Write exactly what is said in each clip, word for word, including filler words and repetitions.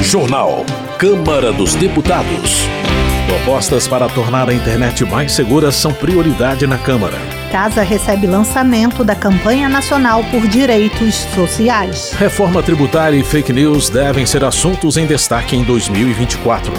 Jornal. Câmara dos Deputados. Propostas para tornar a internet mais segura são prioridade na Câmara. Casa recebe lançamento da campanha nacional por direitos sociais. Reforma tributária e fake news devem ser assuntos em destaque em dois mil e vinte e quatro.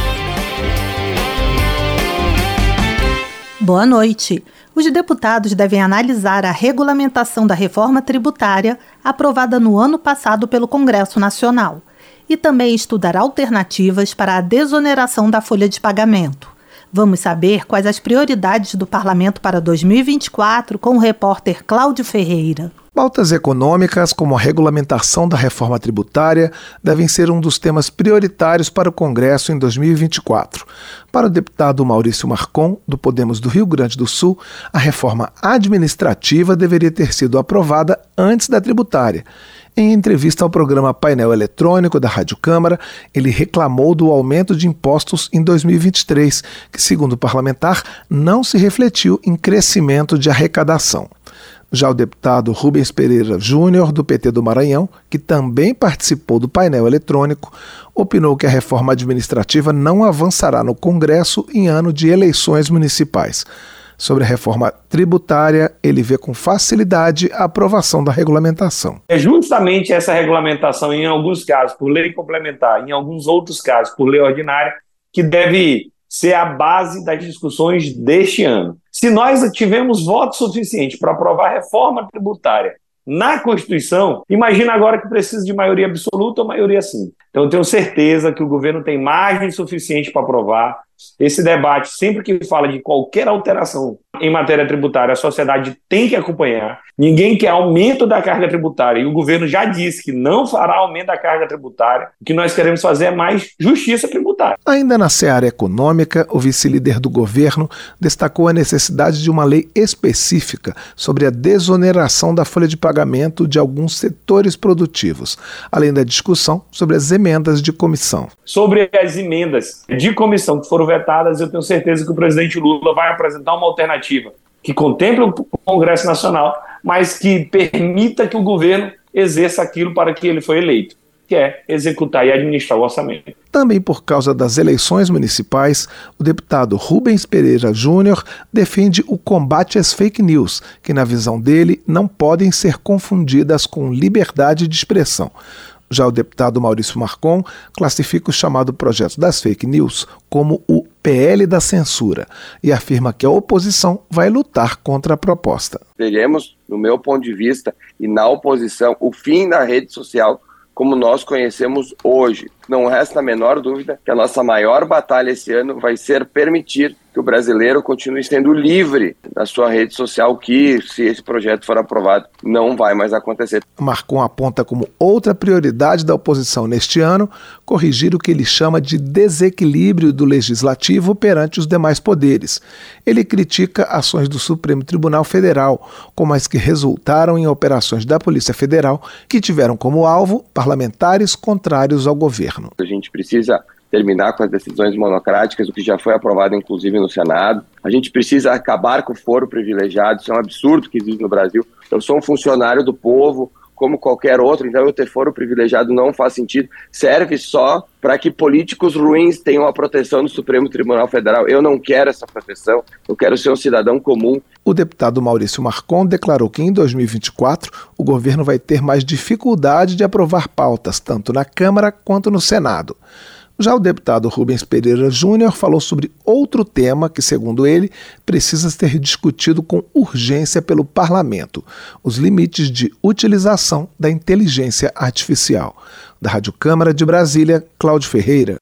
Boa noite. Os deputados devem analisar a regulamentação da reforma tributária aprovada no ano passado pelo Congresso Nacional e também estudar alternativas para a desoneração da folha de pagamento. Vamos saber quais as prioridades do Parlamento para dois mil e vinte e quatro com o repórter Cláudio Ferreira. Pautas econômicas, como a regulamentação da reforma tributária, devem ser um dos temas prioritários para o Congresso em dois mil e vinte e quatro. Para o deputado Maurício Marcon, do Podemos do Rio Grande do Sul, a reforma administrativa deveria ter sido aprovada antes da tributária. Em entrevista ao programa Painel Eletrônico da Rádio Câmara, ele reclamou do aumento de impostos em dois mil e vinte e três, que, segundo o parlamentar, não se refletiu em crescimento de arrecadação. Já o deputado Rubens Pereira Júnior, do P T do Maranhão, que também participou do painel eletrônico, opinou que a reforma administrativa não avançará no Congresso em ano de eleições municipais. Sobre a reforma tributária, ele vê com facilidade a aprovação da regulamentação. É justamente essa regulamentação, em alguns casos por lei complementar, em alguns outros casos por lei ordinária, que deve ser a base das discussões deste ano. Se nós tivemos voto suficiente para aprovar a reforma tributária na Constituição, imagina agora que precisa de maioria absoluta ou maioria simples. Então eu tenho certeza que o governo tem margem suficiente para aprovar. Esse debate, sempre que fala de qualquer alteração em matéria tributária, a sociedade tem que acompanhar. Ninguém quer aumento da carga tributária e o governo já disse que não fará aumento da carga tributária. O que nós queremos fazer é mais justiça tributária. Ainda na seara econômica, o vice-líder do governo destacou a necessidade de uma lei específica sobre a desoneração da folha de pagamento de alguns setores produtivos, além da discussão sobre as emendas de comissão. Sobre as emendas de comissão que foram vetadas, eu tenho certeza que o presidente Lula vai apresentar uma alternativa que contemple o Congresso Nacional, mas que permita que o governo exerça aquilo para que ele foi eleito, que é executar e administrar o orçamento. Também por causa das eleições municipais, o deputado Rubens Pereira Júnior defende o combate às fake news, que na visão dele não podem ser confundidas com liberdade de expressão. Já o deputado Maurício Marcon classifica o chamado projeto das fake news como o P L da censura e afirma que a oposição vai lutar contra a proposta. Teremos, no meu ponto de vista, e na oposição, o fim da rede social como nós conhecemos hoje. Não resta a menor dúvida que a nossa maior batalha esse ano vai ser permitir que o brasileiro continue sendo livre na sua rede social, que, se esse projeto for aprovado, não vai mais acontecer. Marcon aponta como outra prioridade da oposição neste ano corrigir o que ele chama de desequilíbrio do legislativo perante os demais poderes. Ele critica ações do Supremo Tribunal Federal, como as que resultaram em operações da Polícia Federal, que tiveram como alvo parlamentares contrários ao governo. A gente precisa terminar com as decisões monocráticas, o que já foi aprovado inclusive no Senado. A gente precisa acabar com o foro privilegiado, isso é um absurdo que existe no Brasil. Eu sou um funcionário do povo, como qualquer outro, então eu ter foro privilegiado não faz sentido. Serve só para que políticos ruins tenham a proteção do Supremo Tribunal Federal. Eu não quero essa proteção, eu quero ser um cidadão comum. O deputado Maurício Marcon declarou que em dois mil e vinte e quatro o governo vai ter mais dificuldade de aprovar pautas, tanto na Câmara quanto no Senado. Já o deputado Rubens Pereira Júnior falou sobre outro tema que, segundo ele, precisa ser discutido com urgência pelo parlamento: os limites de utilização da inteligência artificial. Da Rádio Câmara de Brasília, Cláudio Ferreira.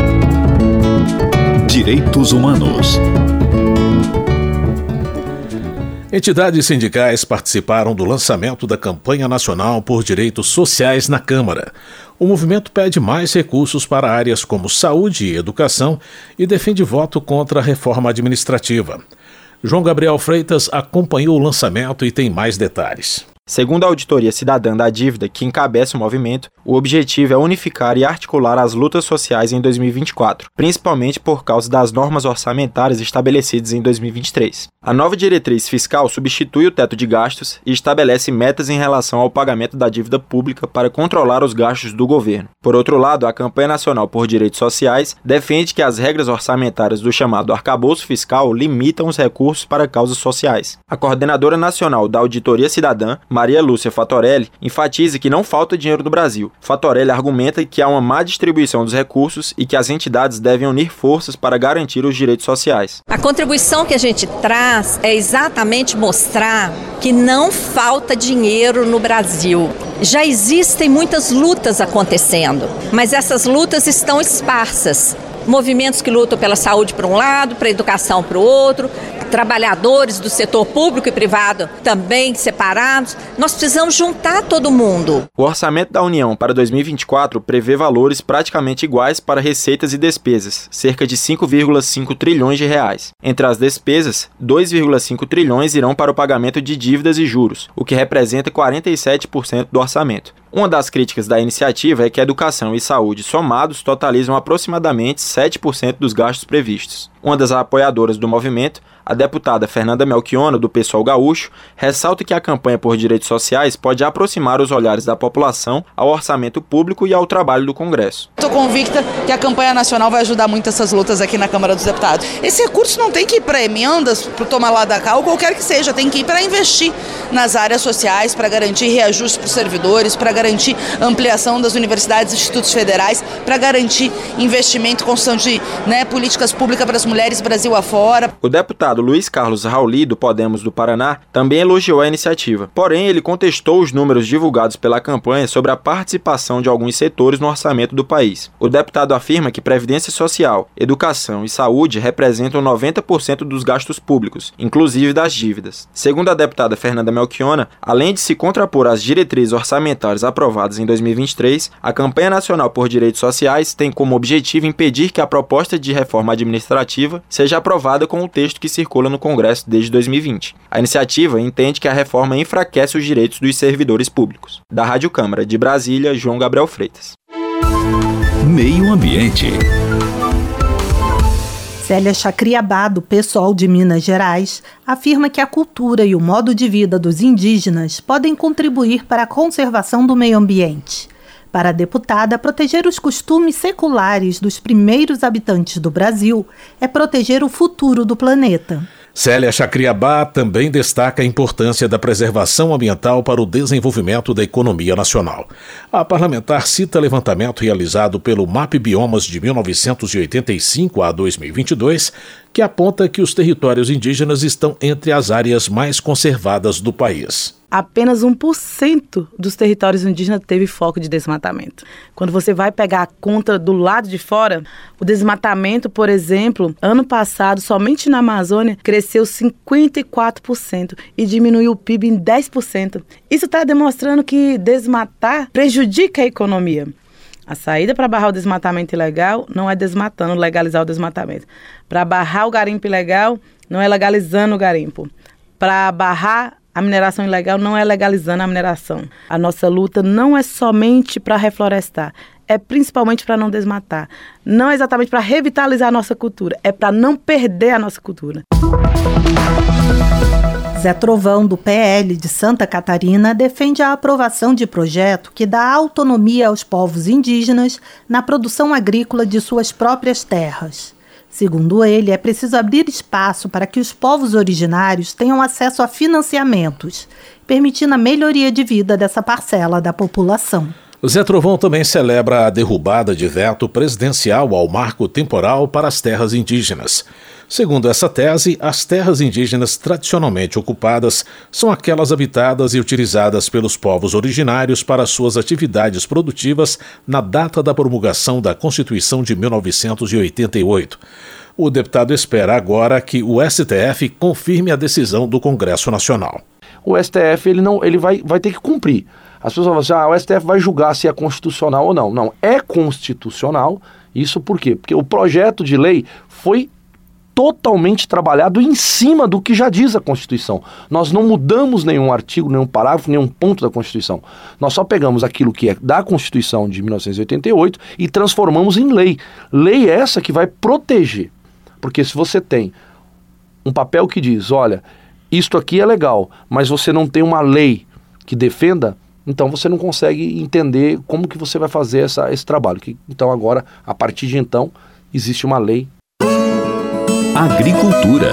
Direitos Humanos. Entidades sindicais participaram do lançamento da campanha nacional por direitos sociais na Câmara. O movimento pede mais recursos para áreas como saúde e educação e defende voto contra a reforma administrativa. João Gabriel Freitas acompanhou o lançamento e tem mais detalhes. Segundo a Auditoria Cidadã da Dívida, que encabeça o movimento, o objetivo é unificar e articular as lutas sociais em dois mil e vinte e quatro, principalmente por causa das normas orçamentárias estabelecidas em dois mil e vinte e três. A nova diretriz fiscal substitui o teto de gastos e estabelece metas em relação ao pagamento da dívida pública para controlar os gastos do governo. Por outro lado, a Campanha Nacional por Direitos Sociais defende que as regras orçamentárias do chamado arcabouço fiscal limitam os recursos para causas sociais. A coordenadora nacional da Auditoria Cidadã, Maria Lúcia Fatorelli, enfatiza que não falta dinheiro no Brasil. Fatorelli argumenta que há uma má distribuição dos recursos e que as entidades devem unir forças para garantir os direitos sociais. A contribuição que a gente traz é exatamente mostrar que não falta dinheiro no Brasil. Já existem muitas lutas acontecendo, mas essas lutas estão esparsas. Movimentos que lutam pela saúde para um lado, para a educação para o outro, trabalhadores do setor público e privado também separados. Nós precisamos juntar todo mundo. O orçamento da União para dois mil e vinte e quatro prevê valores praticamente iguais para receitas e despesas, cerca de cinco vírgula cinco trilhões de reais. Entre as despesas, dois vírgula cinco trilhões irão para o pagamento de dívidas e juros, o que representa quarenta e sete por cento do orçamento. Uma das críticas da iniciativa é que a educação e saúde somados totalizam aproximadamente sete por cento dos gastos previstos. Uma das apoiadoras do movimento, a deputada Fernanda Melchiona, do PSOL gaúcho, ressalta que a campanha por direitos sociais pode aproximar os olhares da população ao orçamento público e ao trabalho do Congresso. Estou convicta que a campanha nacional vai ajudar muito essas lutas aqui na Câmara dos Deputados. Esse recurso não tem que ir para emendas, para tomar lá da cá, ou qualquer que seja, tem que ir para investir nas áreas sociais, para garantir reajustes para os servidores, para garantir ampliação das universidades e institutos federais, para garantir investimento, construção de né, políticas públicas para as mulheres Brasil afora. O deputado Luiz Carlos Rauli, do Podemos do Paraná, também elogiou a iniciativa. Porém, ele contestou os números divulgados pela campanha sobre a participação de alguns setores no orçamento do país. O deputado afirma que Previdência Social, Educação e Saúde representam noventa por cento dos gastos públicos, inclusive das dívidas. Segundo a deputada Fernanda Melchiona, além de se contrapor às diretrizes orçamentárias aprovadas em dois mil e vinte e três, a Campanha Nacional por Direitos Sociais tem como objetivo impedir que a proposta de reforma administrativa seja aprovada com o texto que circula no Congresso desde dois mil e vinte. A iniciativa entende que a reforma enfraquece os direitos dos servidores públicos. Da Rádio Câmara de Brasília, João Gabriel Freitas. Meio Ambiente. Célia Chacriabá, do PSOL de Minas Gerais, afirma que a cultura e o modo de vida dos indígenas podem contribuir para a conservação do meio ambiente. Para a deputada, proteger os costumes seculares dos primeiros habitantes do Brasil é proteger o futuro do planeta. Célia Chacriabá também destaca a importância da preservação ambiental para o desenvolvimento da economia nacional. A parlamentar cita levantamento realizado pelo M A P Biomas de mil novecentos e oitenta e cinco a dois mil e vinte e dois, que aponta que os territórios indígenas estão entre as áreas mais conservadas do país. Apenas um por cento dos territórios indígenas teve foco de desmatamento. Quando você vai pegar a conta do lado de fora, o desmatamento, por exemplo, ano passado, somente na Amazônia, cresceu cinquenta e quatro por cento e diminuiu o P I B em dez por cento. Isso está demonstrando que desmatar prejudica a economia. A saída para barrar o desmatamento ilegal não é desmatando, legalizar o desmatamento. Para barrar o garimpo ilegal, não é legalizando o garimpo. Para barrar a mineração ilegal, não é legalizando a mineração. A nossa luta não é somente para reflorestar, é principalmente para não desmatar. Não é exatamente para revitalizar a nossa cultura, é para não perder a nossa cultura. Zé Trovão, do P L de Santa Catarina, defende a aprovação de projeto que dá autonomia aos povos indígenas na produção agrícola de suas próprias terras. Segundo ele, é preciso abrir espaço para que os povos originários tenham acesso a financiamentos, permitindo a melhoria de vida dessa parcela da população. O Zé Trovão também celebra a derrubada de veto presidencial ao marco temporal para as terras indígenas. Segundo essa tese, as terras indígenas tradicionalmente ocupadas são aquelas habitadas e utilizadas pelos povos originários para suas atividades produtivas na data da promulgação da Constituição de mil novecentos e oitenta e oito. O deputado espera agora que o S T F confirme a decisão do Congresso Nacional. O S T F ele não, ele vai, vai ter que cumprir. As pessoas falam assim, ah, o S T F vai julgar se é constitucional ou não. Não, é constitucional. Isso por quê? Porque o projeto de lei foi totalmente trabalhado em cima do que já diz a Constituição. Nós não mudamos nenhum artigo, nenhum parágrafo, nenhum ponto da Constituição. Nós só pegamos aquilo que é da Constituição de mil novecentos e oitenta e oito e transformamos em lei. Lei essa que vai proteger. Porque se você tem um papel que diz, olha, isto aqui é legal, mas você não tem uma lei que defenda, então você não consegue entender como que você vai fazer essa, esse trabalho. Que, então agora, a partir de então, existe uma lei. Agricultura.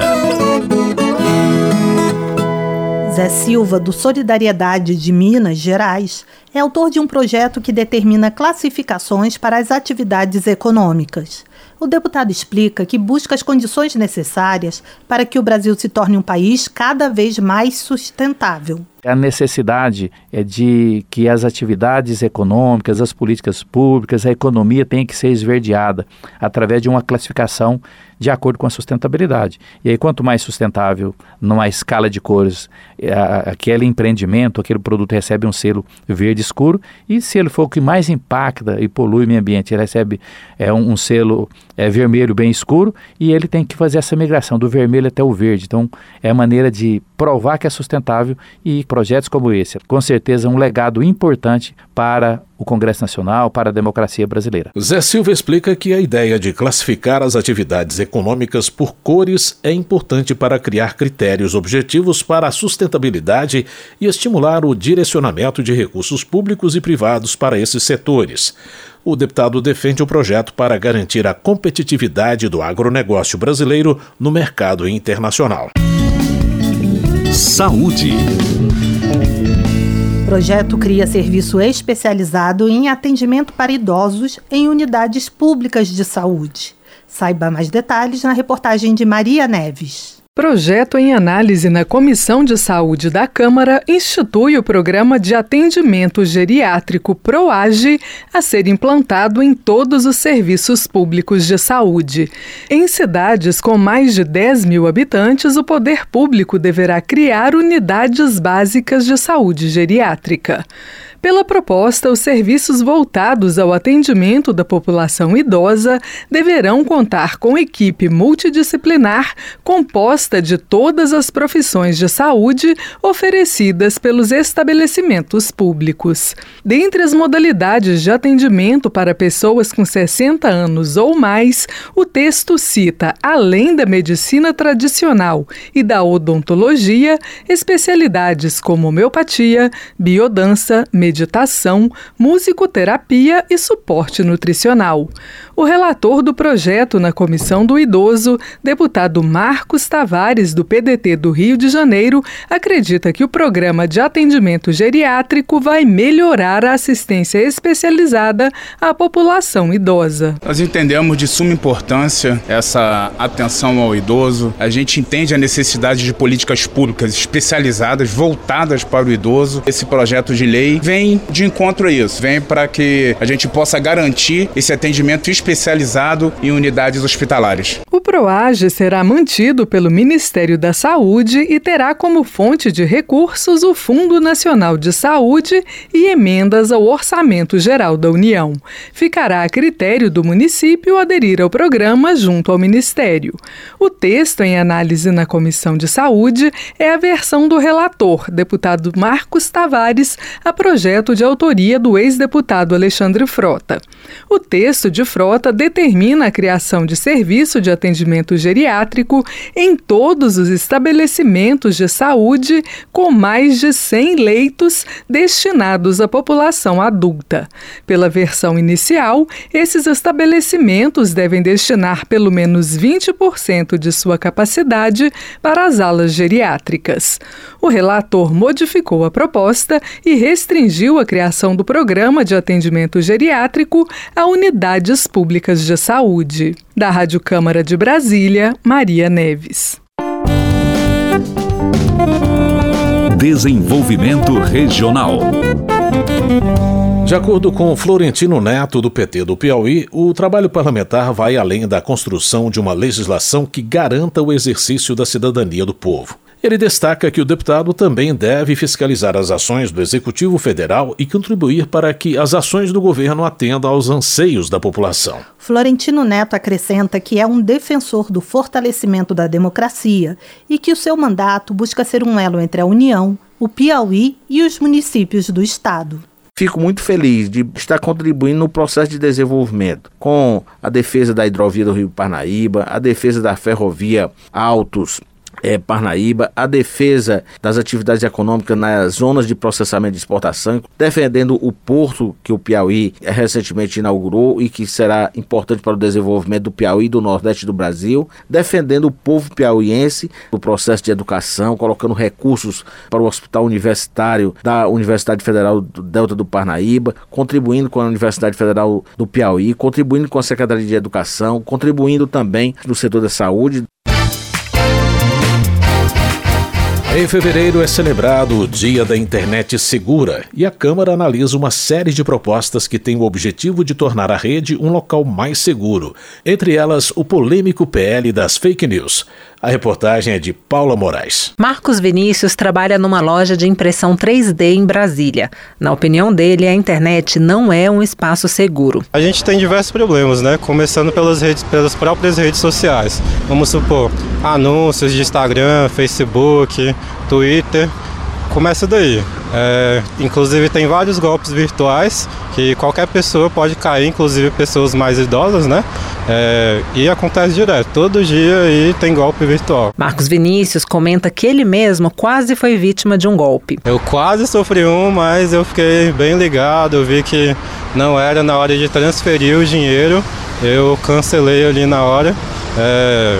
Zé Silva, do Solidariedade de Minas Gerais, é autor de um projeto que determina classificações para as atividades econômicas. O deputado explica que busca as condições necessárias para que o Brasil se torne um país cada vez mais sustentável. A necessidade é de que as atividades econômicas, as políticas públicas, a economia tenha que ser esverdeada através de uma classificação de acordo com a sustentabilidade. E aí, quanto mais sustentável, numa escala de cores, a, aquele empreendimento, aquele produto recebe um selo verde escuro, e se ele for o que mais impacta e polui o meio ambiente, ele recebe é, um, um selo é, vermelho bem escuro, e ele tem que fazer essa migração do vermelho até o verde. Então, é a maneira de provar que é sustentável, e projetos como esse, com certeza, um legado importante para o Congresso Nacional, para a democracia brasileira. Zé Silva explica que a ideia de classificar as atividades econômicas por cores é importante para criar critérios objetivos para a sustentabilidade e estimular o direcionamento de recursos públicos e privados para esses setores. O deputado defende o projeto para garantir a competitividade do agronegócio brasileiro no mercado internacional. Saúde. O projeto cria serviço especializado em atendimento para idosos em unidades públicas de saúde. Saiba mais detalhes na reportagem de Maria Neves. Projeto em análise na Comissão de Saúde da Câmara institui o Programa de Atendimento Geriátrico PROAGE a ser implantado em todos os serviços públicos de saúde. Em cidades com mais de dez mil habitantes, o poder público deverá criar unidades básicas de saúde geriátrica. Pela proposta, os serviços voltados ao atendimento da população idosa deverão contar com equipe multidisciplinar composta de todas as profissões de saúde oferecidas pelos estabelecimentos públicos. Dentre as modalidades de atendimento para pessoas com sessenta anos ou mais, o texto cita, além da medicina tradicional e da odontologia, especialidades como homeopatia, biodança, meditação, musicoterapia e suporte nutricional. O relator do projeto na Comissão do Idoso, deputado Marcos Tavares, do P D T do Rio de Janeiro, acredita que o programa de atendimento geriátrico vai melhorar a assistência especializada à população idosa. Nós entendemos de suma importância essa atenção ao idoso. A gente entende a necessidade de políticas públicas especializadas, voltadas para o idoso. Esse projeto de lei vem de encontro a isso, vem para que a gente possa garantir esse atendimento especializado em unidades hospitalares. O PROAGE será mantido pelo Ministério da Saúde e terá como fonte de recursos o Fundo Nacional de Saúde e emendas ao Orçamento Geral da União. Ficará a critério do município aderir ao programa junto ao Ministério. O texto em análise na Comissão de Saúde é a versão do relator, deputado Marcos Tavares, a projeto de autoria do ex-deputado Alexandre Frota. O texto de Frota determina a criação de serviço de atendimento geriátrico em todos os estabelecimentos de saúde com mais de cem leitos destinados à população adulta. Pela versão inicial, esses estabelecimentos devem destinar pelo menos vinte por cento de sua capacidade para as alas geriátricas. O relator modificou a proposta e restringiu a criação do programa de atendimento geriátrico a unidades públicas de saúde. Da Rádio Câmara de Brasília, Maria Neves. Desenvolvimento Regional. De acordo com Florentino Neto, do P T do Piauí, o trabalho parlamentar vai além da construção de uma legislação que garanta o exercício da cidadania do povo. Ele destaca que o deputado também deve fiscalizar as ações do Executivo Federal e contribuir para que as ações do governo atendam aos anseios da população. Florentino Neto acrescenta que é um defensor do fortalecimento da democracia e que o seu mandato busca ser um elo entre a União, o Piauí e os municípios do estado. Fico muito feliz de estar contribuindo no processo de desenvolvimento, com a defesa da hidrovia do Rio Parnaíba, a defesa da ferrovia Altos É, Parnaíba, a defesa das atividades econômicas nas zonas de processamento de exportação, defendendo o porto que o Piauí recentemente inaugurou e que será importante para o desenvolvimento do Piauí e do Nordeste do Brasil, defendendo o povo piauiense no processo de educação, colocando recursos para o Hospital Universitário da Universidade Federal do Delta do Parnaíba, contribuindo com a Universidade Federal do Piauí, contribuindo com a Secretaria de Educação, contribuindo também no setor da saúde. Em fevereiro é celebrado o Dia da Internet Segura e a Câmara analisa uma série de propostas que têm o objetivo de tornar a rede um local mais seguro, entre elas o polêmico P L das fake news. A reportagem é de Paula Moraes. Marcos Vinícius trabalha numa loja de impressão três D em Brasília. Na opinião dele, a internet não é um espaço seguro. A gente tem diversos problemas, né? Começando pelas, redes, pelas próprias redes sociais. Vamos supor, anúncios de Instagram, Facebook, Twitter. Começa daí. É, inclusive tem vários golpes virtuais que qualquer pessoa pode cair, inclusive pessoas mais idosas, né? É, e acontece direto, todo dia aí tem golpe virtual. Marcos Vinícius comenta que ele mesmo quase foi vítima de um golpe. Eu quase sofri um, mas eu fiquei bem ligado, eu vi que não era na hora de transferir o dinheiro, eu cancelei ali na hora, é,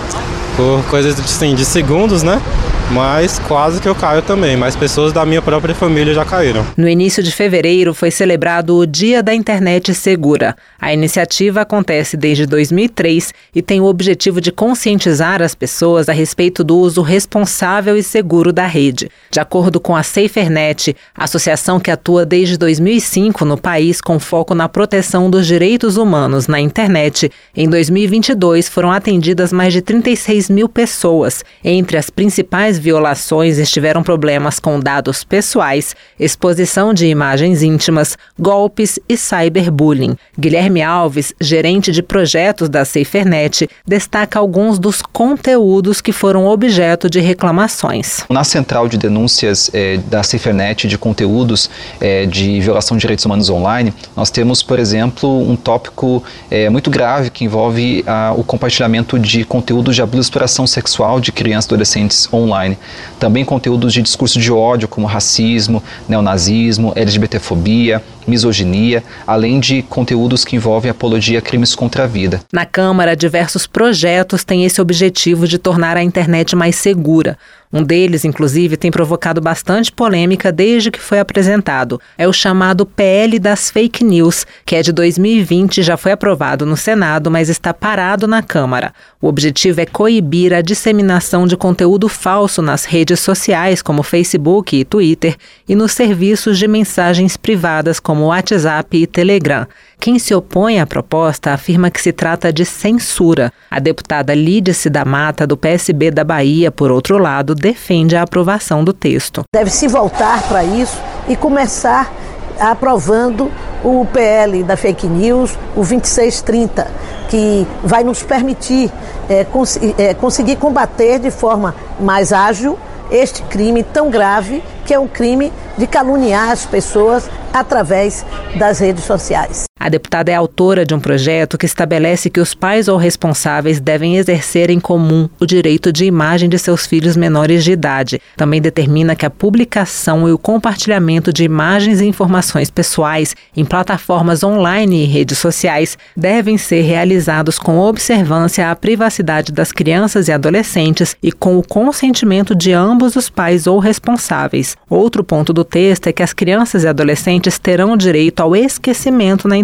por coisas assim, de segundos, né? Mas quase que eu caio também, mas pessoas da minha própria família já caíram. No início de fevereiro foi celebrado o Dia da Internet Segura. A iniciativa acontece desde dois mil e três e tem o objetivo de conscientizar as pessoas a respeito do uso responsável e seguro da rede. De acordo com a SaferNet, associação que atua desde dois mil e cinco no país com foco na proteção dos direitos humanos na internet, em dois mil e vinte e dois foram atendidas mais de trinta e seis mil pessoas. Entre as principais violações estiveram problemas com dados pessoais, exposição de imagens íntimas, golpes e cyberbullying. Guilherme Alves, gerente de projetos da SaferNet, destaca alguns dos conteúdos que foram objeto de reclamações. Na central de denúncias é, da SaferNet de conteúdos é, de violação de direitos humanos online, nós temos, por exemplo, um tópico é, muito grave que envolve a, o compartilhamento de conteúdos de abuso e exploração sexual de crianças e adolescentes online. Também conteúdos de discurso de ódio, como racismo, neonazismo, LGBTfobia, misoginia, além de conteúdos que envolvem apologia a crimes contra a vida. Na Câmara, diversos projetos têm esse objetivo de tornar a internet mais segura. Um deles, inclusive, tem provocado bastante polêmica desde que foi apresentado. É o chamado P L das Fake News, que é de dois mil e vinte e já foi aprovado no Senado, mas está parado na Câmara. O objetivo é coibir a disseminação de conteúdo falso nas redes sociais, como Facebook e Twitter, e nos serviços de mensagens privadas, como WhatsApp e Telegram. Quem se opõe à proposta afirma que se trata de censura. A deputada Lídice da Mata, do P S B da Bahia, por outro lado, defende a aprovação do texto. Deve-se voltar para isso e começar aprovando o P L da Fake News, o vinte e seis trinta, que vai nos permitir é, cons- é, conseguir combater de forma mais ágil este crime tão grave, que é um crime de caluniar as pessoas através das redes sociais. A deputada é autora de um projeto que estabelece que os pais ou responsáveis devem exercer em comum o direito de imagem de seus filhos menores de idade. Também determina que a publicação e o compartilhamento de imagens e informações pessoais em plataformas online e redes sociais devem ser realizados com observância à privacidade das crianças e adolescentes e com o consentimento de ambos os pais ou responsáveis. Outro ponto do texto é que as crianças e adolescentes terão direito ao esquecimento na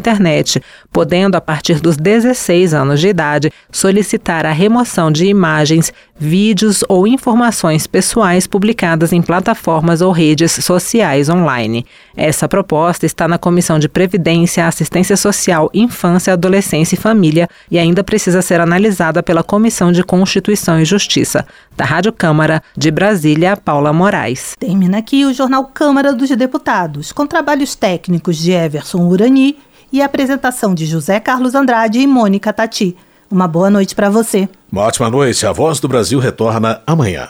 internet, podendo, a partir dos dezesseis anos de idade, solicitar a remoção de imagens, vídeos ou informações pessoais publicadas em plataformas ou redes sociais online. Essa proposta está na Comissão de Previdência, Assistência Social, Infância, Adolescência e Família e ainda precisa ser analisada pela Comissão de Constituição e Justiça. Da Rádio Câmara, de Brasília, Paula Moraes. Termina aqui o Jornal Câmara dos Deputados, com trabalhos técnicos de Everson Urani e a apresentação de José Carlos Andrade e Mônica Tati. Uma boa noite para você. Uma ótima noite. A Voz do Brasil retorna amanhã.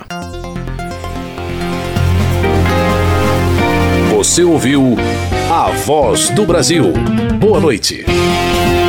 Você ouviu A Voz do Brasil. Boa noite.